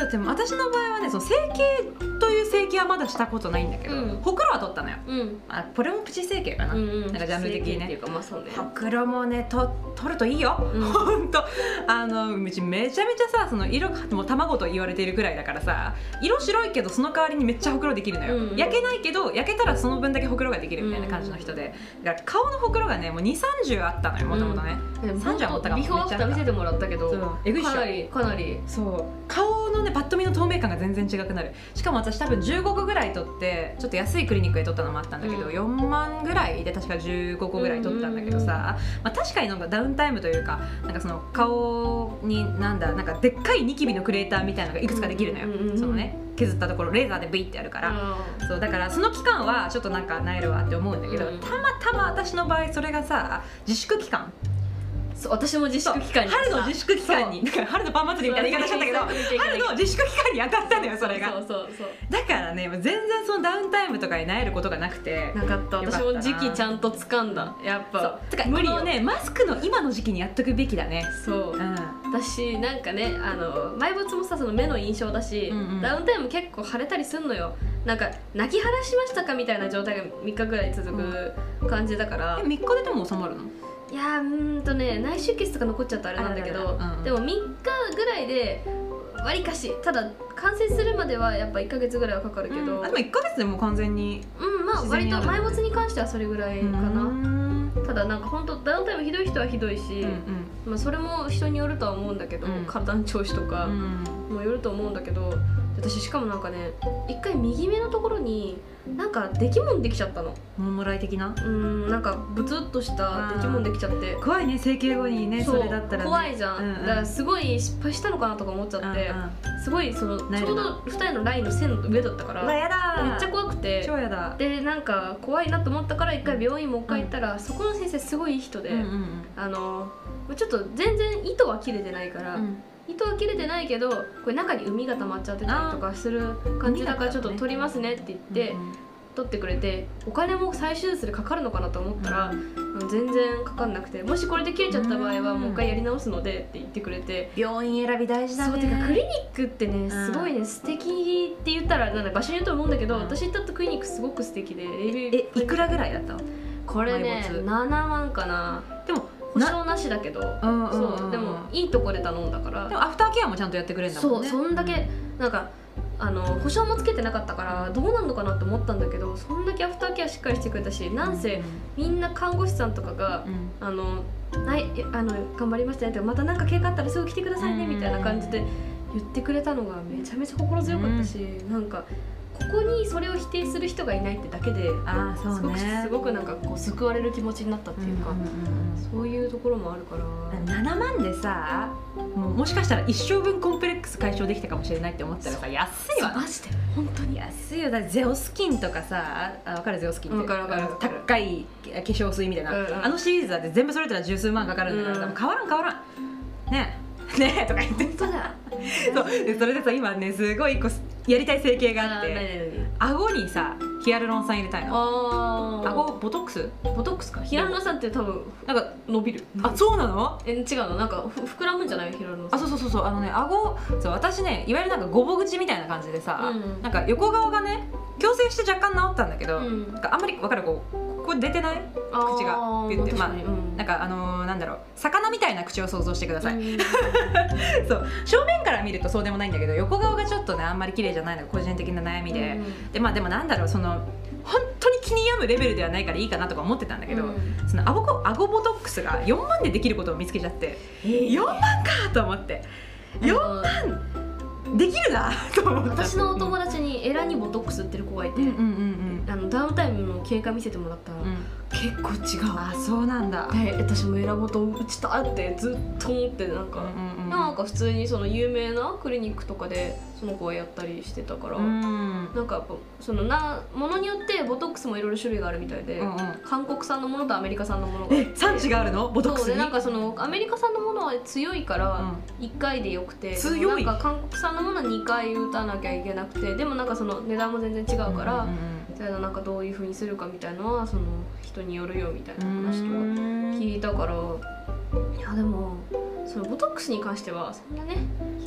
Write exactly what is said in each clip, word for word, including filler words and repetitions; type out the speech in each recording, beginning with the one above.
っても私の場合はね、その整形という整形はまだしたことないんだけど、うん、ほくろは取ったのよ、うん、あこれもプチ整形かな、うん、なんかジャンル的にねっていうか、まあそうね、ほくろもねと取るといいよ、うん、ほんとあのうちめちゃめちゃさ、その色もう卵と言われているくらいだからさ、色白いけどその代わりにめっちゃほくろできるのよ、うん、焼けないけど焼けたらその分だけほくろができるみたいな感じの人で、だから顔のほくろがねもうにじゅう、さんじゅうあったのよ、もともとね、うん、さんじゅうあったかも。ビフォーアフター見せてもらったけどえぐいっしょ、かなりかなりそう顔のねパッと見の透明感が全然違くなる。しかも私多分じゅうごこぐらい取ってちょっと安いクリニックで取ったのもあったんだけど、うん、よんまんぐらいで確かじゅうごこぐらい取ったんだけどさ、まあ、確かになんかダウンタイムというか、なんかその顔になんだなんかでっかいニキビのクレーターみたいなのがいくつかできるのよ、うん、そのね削ったところレーザーでブイってやるから、うん、そうだからその期間はちょっとなんかなえるわって思うんだけど、うん、たまたま私の場合それがさ自粛期間、 そう私も自粛期間に春の自粛期間に春のパン祭りみたいな言い方しちゃったけど春の自粛期間に当たったのよそれが。そうそうそうだからね全然そのダウンタイムとかになえることがなくてなかった。私も時期ちゃんと掴んだやっぱそう無理よね。マスクの今の時期にやっとくべきだね。そう、 うん、私なんかねあの埋没もさその目の印象だし、うんうん、ダウンタイム結構腫れたりすんのよ。なんか泣き晴らしましたかみたいな状態がみっかぐらい続く感じだから、 うん、えみっかででも収まるの？ いやーうんとね内出血とか残っちゃったあれなんだけど、うんうん、でもみっかぐらいでわりかし、ただ完成するまではやっぱいっかげつぐらいはかかるけど、 うん、あでもいっかげつでも完全にうんまあ割と埋没に関してはそれぐらいかな。ただなんか本当ダウンタイムひどい人はひどいし、うんうん、まあ、それも人によるとは思うんだけど、うん、体の調子とかもよると思うんだけど、私しかもなんかね一回右目のところになんかできもんできちゃったの。 ももらい的なうんなんかブツッとしたできもんできちゃって怖いね。整形後にね そ, それだったら、ね、 怖いじゃん、うんうん、だからすごい失敗したのかなとか思っちゃって、うんうん、すごいそのちょうどふたりのラインの線の上だったからめっちゃ怖くて超やだ。 でなんか怖いなと思ったから一回病院もう一回行ったら、うん、そこの先生すごいいい人で、うんうんうん、あのちょっと全然糸は切れてないから、うん、糸は切れてないけどこれ中に海が溜まっちゃってたりとかする感じだからちょっと取りますねって言って、うんうん、取ってくれて、お金も再手術でかかるのかなと思ったら、うん、全然かかんなくて、もしこれで切れちゃった場合はもう一回やり直すのでって言ってくれて、 病院選び大事だね。 そうてかクリニックってねすごいね素敵って言ったらなんだ場所によると思うんだけど、うん、私行ったクリニックすごく素敵で、 えいくらぐらいだったの？ これねななまんかな。でも保証なしだけど、そうでもいいとこで頼んだから。 でもアフターケアもちゃんとやってくれるんだもんね。 そうそんだけなんかあの保証もつけてなかったからどうなんのかなと思ったんだけど、そんだけアフターケアしっかりしてくれたし、なんせみんな看護師さんとかが、うん、あのはいあの頑張りましたねってまた何か経過あったらすぐ来てくださいねみたいな感じで言ってくれたのがめちゃめちゃ心強かったし、うん、なんかここにそれを否定する人がいないってだけで、あーそうね、すごくすごくなんかこう救われる気持ちになったっていうか、うんうんうん、そういうところもあるから。 ななまんでさもうもしかしたら一生分コンプレックス解消できたかもしれないって思ったらさ安いわ。 マジで本当に安いよ。だってゼオスキンとかさ、あ分かるゼオスキンって、分かる分かる高い化粧水みたいな、うんうん、あのシリーズだって全部それたら十数万かかるんだから、うん、変わらん変わらんねえねえとか言って本当だそうでそれでさ今ねすごい一個やりたい整形があって、顎にさヒアルロン酸入れたいの。あ顎ボトックスボトックスか。ヒアルロン酸って多分なんか伸びる。 あそうなの？ え違うのなんかふ膨らむんじゃないヒアルロン酸。 あそうそうそうあのね顎そう私ねいわゆるなんかごぼ口みたいな感じでさ、うん、なんか横側がね矯正して若干治ったんだけど、うん、なんかあんまり分かるこうここ出てない口がピュってまあ、うん、なんかあのー、なんだろう魚みたいな口を想像してください、うん、そう正面から見るとそうでもないんだけど横側がちょっとねあんまり綺麗じゃないのが個人的な悩みで、うん、でまあでもなんだろうその本当に気に病むレベルではないからいいかなとか思ってたんだけど、うん、そのアゴアゴボトックスがよんまんでできることを見つけちゃって、えー、よんまんかと思ってよんまんできるなと思った。 私のお友達にエラにボトックス売ってる子がいて、うんうんうんうん、あのダウンタイムの経過見せてもらったら、うん、結構違う。 あそうなんだ。 で私もエラボト打ちたってずっと思ってなんか、うんうんうん、なんか普通にその有名なクリニックとかでその子はやったりしてたから、うん、なんかやっぱそのなものによってボトックスもいろいろ種類があるみたいで、うんうん、韓国産のものとアメリカ産のものがあって、 え産地があるのボトックスに？ そうでなんかそのアメリカ産のものは強いからいっかいでよくて、うん、強いなんか韓国産のものはにかい打たなきゃいけなくて、でもなんかその値段も全然違うから、うんうんうん、なんかどういう風にするかみたいなのはその人によるよみたいな話とか聞いたから、いやでもそのボトックスに関してはそんなね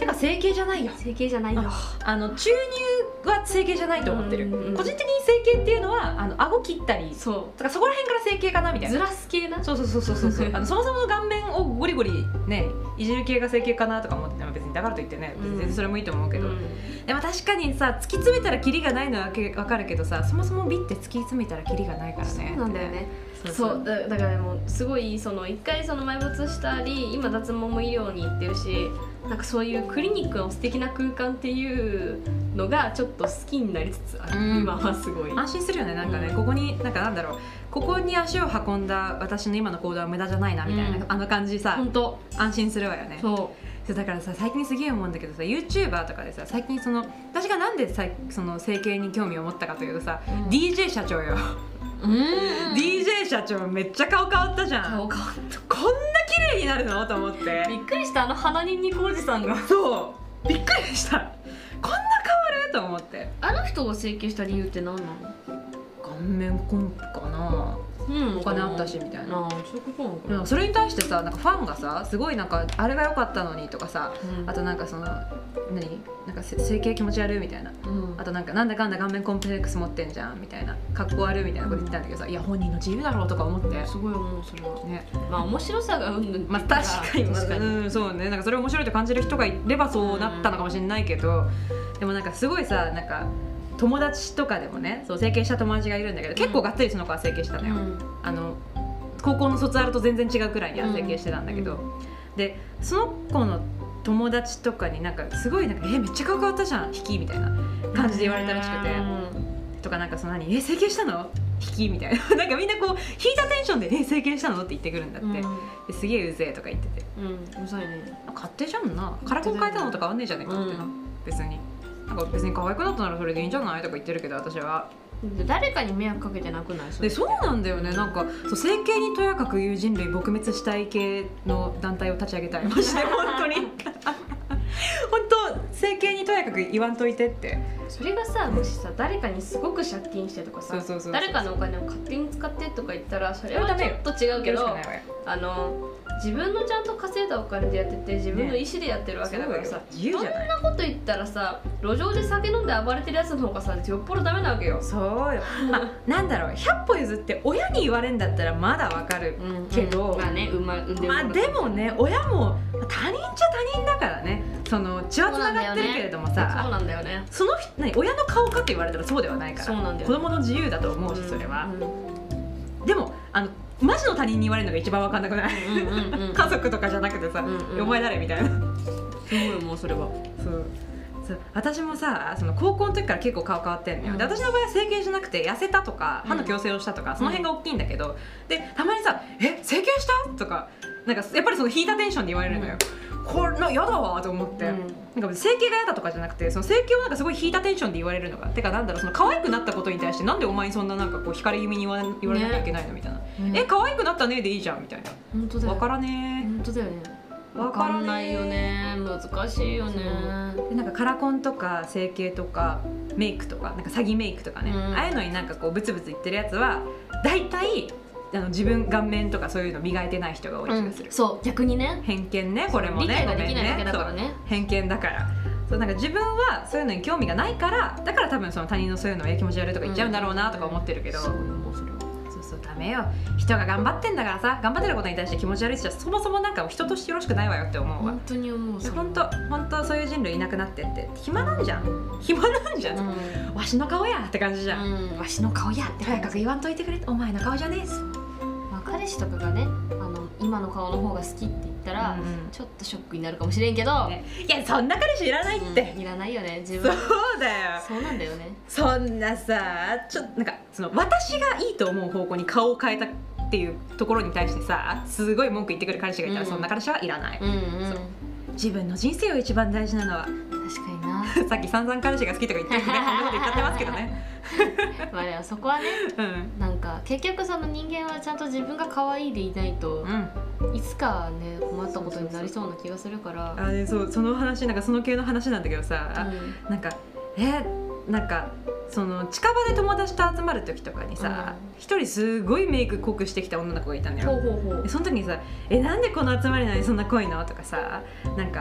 てか整形じゃないよ。 整形じゃないよ。 あの注入は整形じゃないと思ってる。個人的に整形っていうのはあの顎切ったり、そうだからそこら辺から整形かなみたいな。 ずらす系な。 そうそうそうそうそう。あのそもそもの顔面をゴリゴリねいじる系が整形かなとか思っても別にだからといってね全然それもいいと思うけど、うん、でも確かにさ突き詰めたらキリがないのは分かるけどさ、そもそも美って突き詰めたらキリがないからね。 そうなんだよね。そうだ, だからもうすごいその一回その埋没したり今脱毛も医療に行ってるし、なんかそういうクリニックの素敵な空間っていうのがちょっと好きになりつつある、うん、今はすごい安心するよね。なんかね、うん、ここになんかなんだろうここに足を運んだ私の今の行動は無駄じゃないなみたいな、うん、あの感じさ、 本当安心するわよね。 そうだからさ最近すげえ思うんだけどさ YouTuber とかでさ最近その私がなんでさその整形に興味を持ったかというとさ、うん、ディージェー 社長よ。うん、ディージェー 社長めっちゃ顔変わったじゃん。 顔変わった。 こんな綺麗になるのと思ってびっくりした。あの鼻にんにこおじさんがそうびっくりした。こんな変わると思って。 あの人が整形した理由って何なの？ 顔面コンプかな、うん、お金あったしみたいな。 ああそういうことなのかな。 それに対してさなんかファンがさすごいなんかあれが良かったのにとかさ、うん、あとなんかその何なんか整形気持ち悪いみたいな、うん、あとなんかなんだかんだ顔面コンプレックス持ってんじゃんみたいな格好悪いみたいなこと言ってたんだけどさ、うん、いや本人の自由だろうとか思ってすごい思う。それはねまあ面白さがうんぬんまあ確かに確かに、うん、そうねなんかそれ面白いと感じる人がいればそうなったのかもしれないけど、うん、でもなんかすごいさなんか友達とかでもねそう整形した友達がいるんだけど、うん、結構がっつりその子は整形したのよ、うん、あの高校の卒アルと全然違うくらいには整形してたんだけど、うん、でその子の友達とかになんかすごいなんかえめっちゃ顔変わったじゃん引きみたいな感じで言われたらしくて、うん、とかなんかその何え整形したの引きみたいななんかみんなこう引いたテンションでえ整形したのって言ってくるんだって、うん、ですげえうぜえとか言ってて、 うん、うざいね勝手じゃんなカラコン変えたのとかあんねえじゃねえかってな、うん、別になんか別に可愛くなったならそれでいいんじゃないとか言ってるけど私は誰かに迷惑かけてなくない？ でそうなんだよね。なんかそう整形にとやかく言う人類撲滅したい系の団体を立ち上げたいマジで本当に本当整形にとやかく言わんといてって。 それがさもしさ誰かにすごく借金してとかさ誰かのお金を勝手に使ってとか言ったらそれはちょっと違うけどあの自分のちゃんと稼いだお金でやってて自分の意思でやってるわけだからさ、ね、 自由じゃない。 そんなこと言ったらさ路上で酒飲んで暴れてるやつの方がさよっぽどダメなわけよ。 そうよまあなんだろうひゃっぽ譲って親に言われるんだったらまだわかるけど、 うんうん、まあね産ま産んでまあでもね親も他人っちゃ他人だからねその血はつながってるけれどもさそうなんだよね。 その何親の顔かって言われたらそうではないからそうなんだよ、ね、 子供の自由だと思うしそれは、うんうん、でもあのマジの他人に言われるのが一番分かんなくない、うんうんうん、家族とかじゃなくてさ、うんうん、お前誰みたいなすごいもうそれはそうそう私もさその高校の時から結構顔変わってんのよ、うん、で私の場合は整形じゃなくて痩せたとか歯の矯正をしたとか、うん、その辺が大きいんだけどでたまにさ「え整形した?」とかなんかやっぱりその引いたテンションで言われるのよ、うん、これなやだわと思って、うん、なんか整形が嫌だとかじゃなくてその整形をなんかすごい引いたテンションで言われるのがてかなんだろうその可愛くなったことに対してなんでお前にそんななんかこう光気味に言わ言われなきゃいけないのみたいな、ね、え可愛くなったねでいいじゃんみたいな。 本当だよ。 分からねー。本当だよね。分かんないよね。難しいよね。 でなんかカラコンとか整形とかメイクとかなんか詐欺メイクとかね、うん、ああいうのになんかこうブツブツ言ってるやつは大体あの自分顔面とかそういうの磨いてない人が多い気がする、 うん、そう逆にね偏見ねこれもね理解ができないだけだからね偏見だからそうなんか自分はそういうのに興味がないからだから多分その他人のそういうのを気持ち悪いとか言っちゃうんだろうなとか思ってるけど、うん、そうもうそれはそうそうダメよ人が頑張ってんだからさ頑張ってることに対して気持ち悪いっちゃそもそもなんか人としてよろしくないわよって思うわ。 本当に思う。 本当本当そういう人類いなくなってって暇なんじゃん暇なんじゃん、うん、わしの顔やって感じじゃん、 うん、わしの顔やってとにかく言わんといてくれお前の顔じゃねえぞ。 彼氏とかがねあの今の顔の方が好きって言ったら、うんうん、ちょっとショックになるかもしれんけど、ね、 いやそんな彼氏いらないって、 うん、いらないよね自分そうだよそうなんだよね。 そんなさちょなんかその私がいいと思う方向に顔を変えたっていうところに対してさすごい文句言ってくる彼氏がいたら、うん、そんな彼氏はいらない、うんうん、そう自分の人生を一番大事なのは確かになさっき散々彼氏が好きとか言ってるんでねそんなこと言っちゃってますけどねまあでもそこはね、うん、なんか結局その人間はちゃんと自分が可愛いでいないと、うん、いつかね困ったことになりそうな気がするからあ、ね、そうその話なんかその系の話なんだけどさ、うん、なんかえなんかその近場で友達と集まる時とかにさ一、うん、人すごいメイク濃くしてきた女の子がいたのよ。ほうほうほうでその時にさ「えなんでこの集まりなのにそんな濃いの?」とかさなんか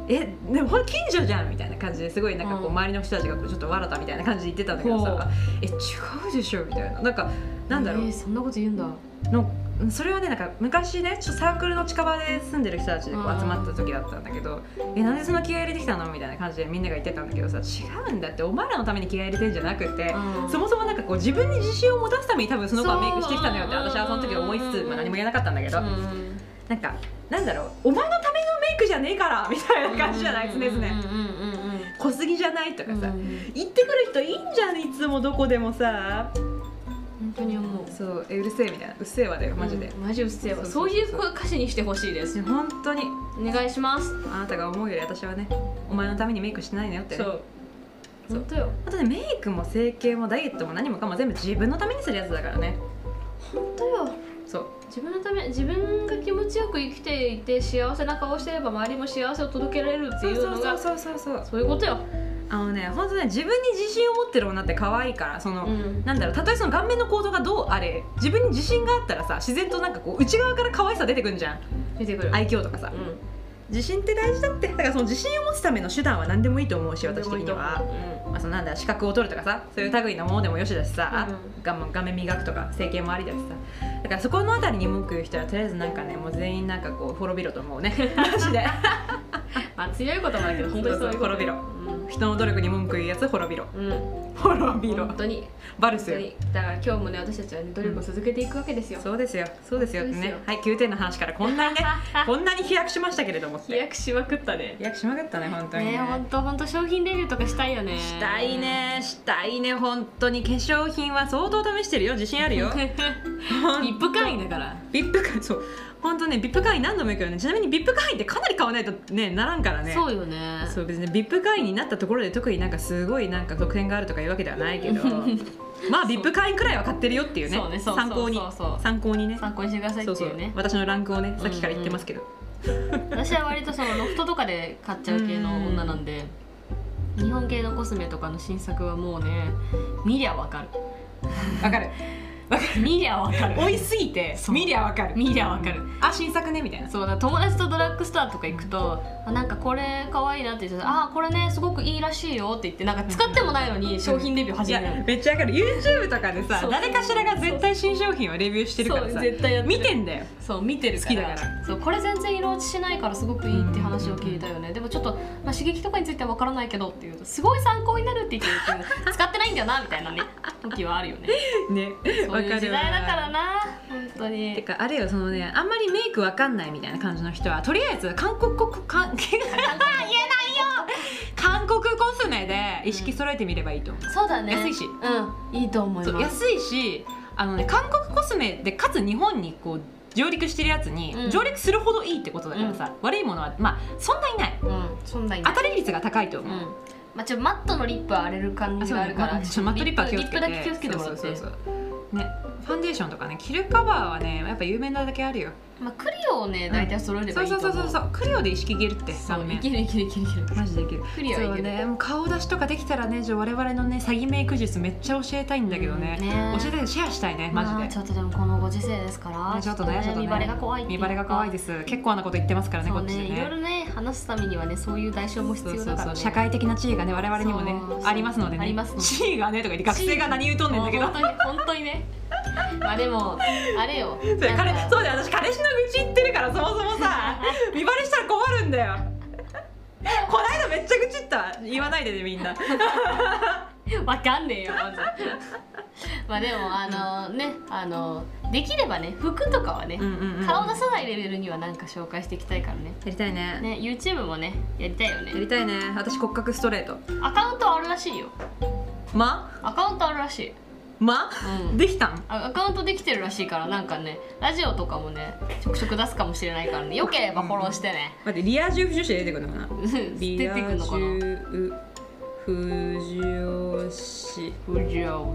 えでもほん近所じゃんみたいな感じですごいなんかこう周りの人たちがこうちょっと笑ったみたいな感じで言ってたんだけどさ、え違うでしょみたいな、なんかなんだろう、 えー、そんなこと言うんだのそれはねなんか昔ねちょっとサークルの近場で住んでる人たちでこう集まった時だったんだけど、えなんでそんな気合い入れてきたのみたいな感じでみんなが言ってたんだけどさ、違うんだって、お前らのために気合い入れてんじゃなくて、そもそもなんかこう自分に自信を持たすために多分その子はメイクしてきたんだよって私はその時思いつつ、まあ、何も言えなかったんだけど、なんかなんだろう、お前のためのメイクじゃねえからみたいな感じじゃない常々濃すぎじゃないとかさ、言ってくる人いいんじゃんいつもどこでもさ、 本当に思う。 そうえうるせえみたいな、うっせえわだよマジで、 うん、マジうっせえわ。そういう歌詞にしてほしいです。 本当にお願いします。 あなたが思うより私はねお前のためにメイクしてないのよってね。 そう本当よ。 あとねメイクも整形もダイエットも何もかも全部自分のためにするやつだからね。 本当よ。 そう自分のため、自分が気持ちよく生きていて幸せな顔してれば周りも幸せを届けられるっていうのがそうそうそうそうそうそういうことよ。 あのね本当ね自分に自信を持ってる女って可愛いから、その、うん、なんだろう、たとえその顔面の構造がどうあれ自分に自信があったらさ自然となんかこう内側から可愛さ出てくるんじゃん。 出てくる。 愛嬌とかさ、うん、自信って大事だって。だからその自信を持つための手段は何でもいいと思うし、私的には、うん、まあそのなんだ資格を取るとかさそういう類のものでもよしだしさ、うん、画, 画面磨くとか整形もありだしさ、だからそこのあたりに文句言う人はとりあえずなんかねもう全員なんかこう滅びろと思うねマジでまあ強いこともあるけど本当にそういうこと。 滅びろ、うん、人の努力に文句言うやつ滅びろ、うん、滅びろ本当にバルスよ。 だから今日もね私たちはね努力を続けていくわけですよ、 うん、そうですよそうですよってね。はいきゅうてんの話からこんなにねこんなに飛躍しましたけれども飛躍しまくったね。 飛躍しまくったね本当にね。 本当本当商品レビューとかしたいよね。 したいねしたいね本当に。化粧品は相当試してるよ、自信あるよビップ会員だから。 ビップ会員そう本当ねビップ会員何度も言うけどね、ちなみにビップ会員ってかなり買わないとねならんからね。 そうよね。 そう別にビップ会員になったところで特になんかすごいなんか特典があるとかいうわけではないけどまあビップ会員くらいは買ってるよっていうね、 ね参考に参考にね参考にしてくださいっていうね。そうそう私のランクをねさっきから言ってますけど、 うんうん、私は割とそのロフトとかで買っちゃう系の女なんで、日本系のコスメとかの新作はもうね見りゃわかるわかる見りゃわかる。 美味しすぎて見りゃわかる見りゃわかる。 あ新作ねみたいな。 そうだ友達とドラッグストアとか行くと、あなんかこれ可愛いなって言ってあこれねすごくいいらしいよって言ってなんか使ってもないのに商品レビュー始める。 めっちゃわかる。 YouTube とかでさ誰かしらが絶対新商品をレビューしてるからさ絶対やってる。 見てんだよ。 そう見てるから好きだからそうこれ全然色落ちしないからすごくいいって話を聞いたよね。でもちょっと、まあ、刺激とかについてはわからないけどっていうとすごい参考になるって言ってるけど使ってないんだよなみたいなね時はあるよね。 ねそういう時代だからな本当に。 てかあれよそのねあんまりメイクわかんないみたいな感じの人はとりあえず韓国国韓言えないよ韓国コスメで意識揃えてみればいいと思う、 うん、そうだね。 安いしうんいいと思います。 安いしあのね韓国コスメでかつ日本にこう上陸してるやつに、うん、上陸するほどいいってことだからさ、うん、悪いものはまあそんないない、うん、そんないない当たり率が高いと思う、うんまあ、ちょマットのリップは荒れる感じがあるから、ね、 マットリップは気をつけてリップだけ気をつけてもらって。 そうそうそうねファンデーションとかねキルカバーはねやっぱ有名なだけあるよ。 まあ、クリオをね大体揃えればいいと思う。 そうそうそうそうクリオで意識いけるって。 そういけるいけるいけるいけるマジでいける。 クリオはいける。 そうねもう顔出しとかできたらねじゃあ我々のね詐欺メイク術めっちゃ教えたいんだけどね、うん、ね教えたいシェアしたいねマジで、 まあ、ちょっとでもこのご時世ですから、 ね、ちょっとねちょっとね見バレが怖いっていうか見バレが怖いです。結構なこと言ってますからねそうねこっちでねいろいろね話すためにはねそういう代償も必要だからね。そうそうそう社会的な地位がね我々にもねありますのでね。 ありますので地位がねとか言って学生が何言うとんねんだけど本当に本当にねまあでもあれよそれ彼そうだよ私彼氏の愚痴言ってるからそもそもさ見バレしたら困るんだよこないだめっちゃ愚痴った言わないでねみんなわかんねえよまずまあでもあのねあのできればね服とかはね、うんうんうん、顔出さないレベルにはなんか紹介していきたいからね。 やりたいね。 ね YouTube もねやりたいよね。 やりたいね。私骨格ストレートアカウントあるらしいよ。 まアカウントあるらしいま、うん、できたんアカウントできてるらしいからなんかねラジオとかもねちょくちょく出すかもしれないからねよければフォローしてね、 うん、待ってリア充不女子で出てくるのかな出てくるのかなリア充不女子不女子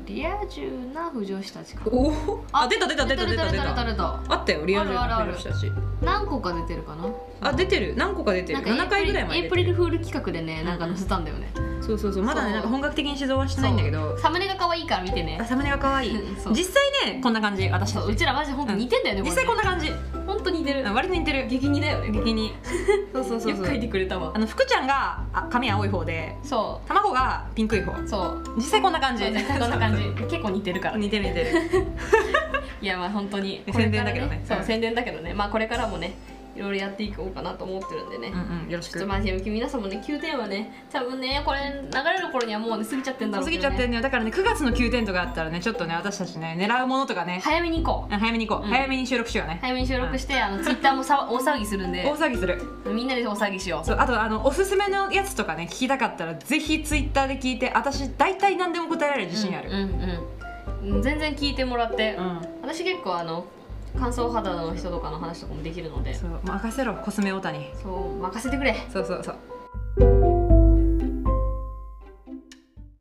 リア充な不女子たちか。 おお、あ、出た出た出た出た出た出た。あったよ、リア充な不女子たち。 何個か出てるかな。 あ、出てる、何個か出てる。ななかいぐらいまで。 エイプリルフール企画でね、なんか載せたんだよね。 そうそうそう、まだね、なんか本格的に指導はしてないんだけど、 サムネが可愛いから見てね。 サムネが可愛い。実際ね、こんな感じ。私たちうちらマジ本当似てんだよね。 実際こんな感じ。 本当似てる。 割と似てる。 激似だよね。 激似。そうそうそう。 よく描いてくれたわ。 あの福ちゃんが髪青い方で、そう。卵がピンクい方。そう。実際こんな感じ。 実際こんな感じ。結構似てるから。 似てる似てる。いやまあ本当に宣伝だけどね。 そう宣伝だけどね。まあこれからもね。いろいろやっていこうかなと思ってるんでね、 うんうん、よろしく。 ちょっとマジで皆さんもねきゅうてんはね多分ねこれ流れる頃にはもうね過ぎちゃってんだろうけどね。過ぎちゃってんのよ。だからねくがつのきゅうてんとかあったらねちょっとね私たちね狙うものとかね早めに行こう。 早めに行こう、うん、早めに収録しようね。 早めに収録して、うん、あのツイッターもさ大騒ぎするんで大騒ぎする。 みんなで大騒ぎしよう。 そう、あとあのおすすめのやつとかね聞きたかったらぜひツイッターで聞いて、私大体何でも答えられる自信ある。 うんうんうん、全然聞いてもらって、うん、私結構あの乾燥肌の人とかの話とかもできるので、 そう任せろコスメオタに。 そう任せてくれ。 そうそうそう。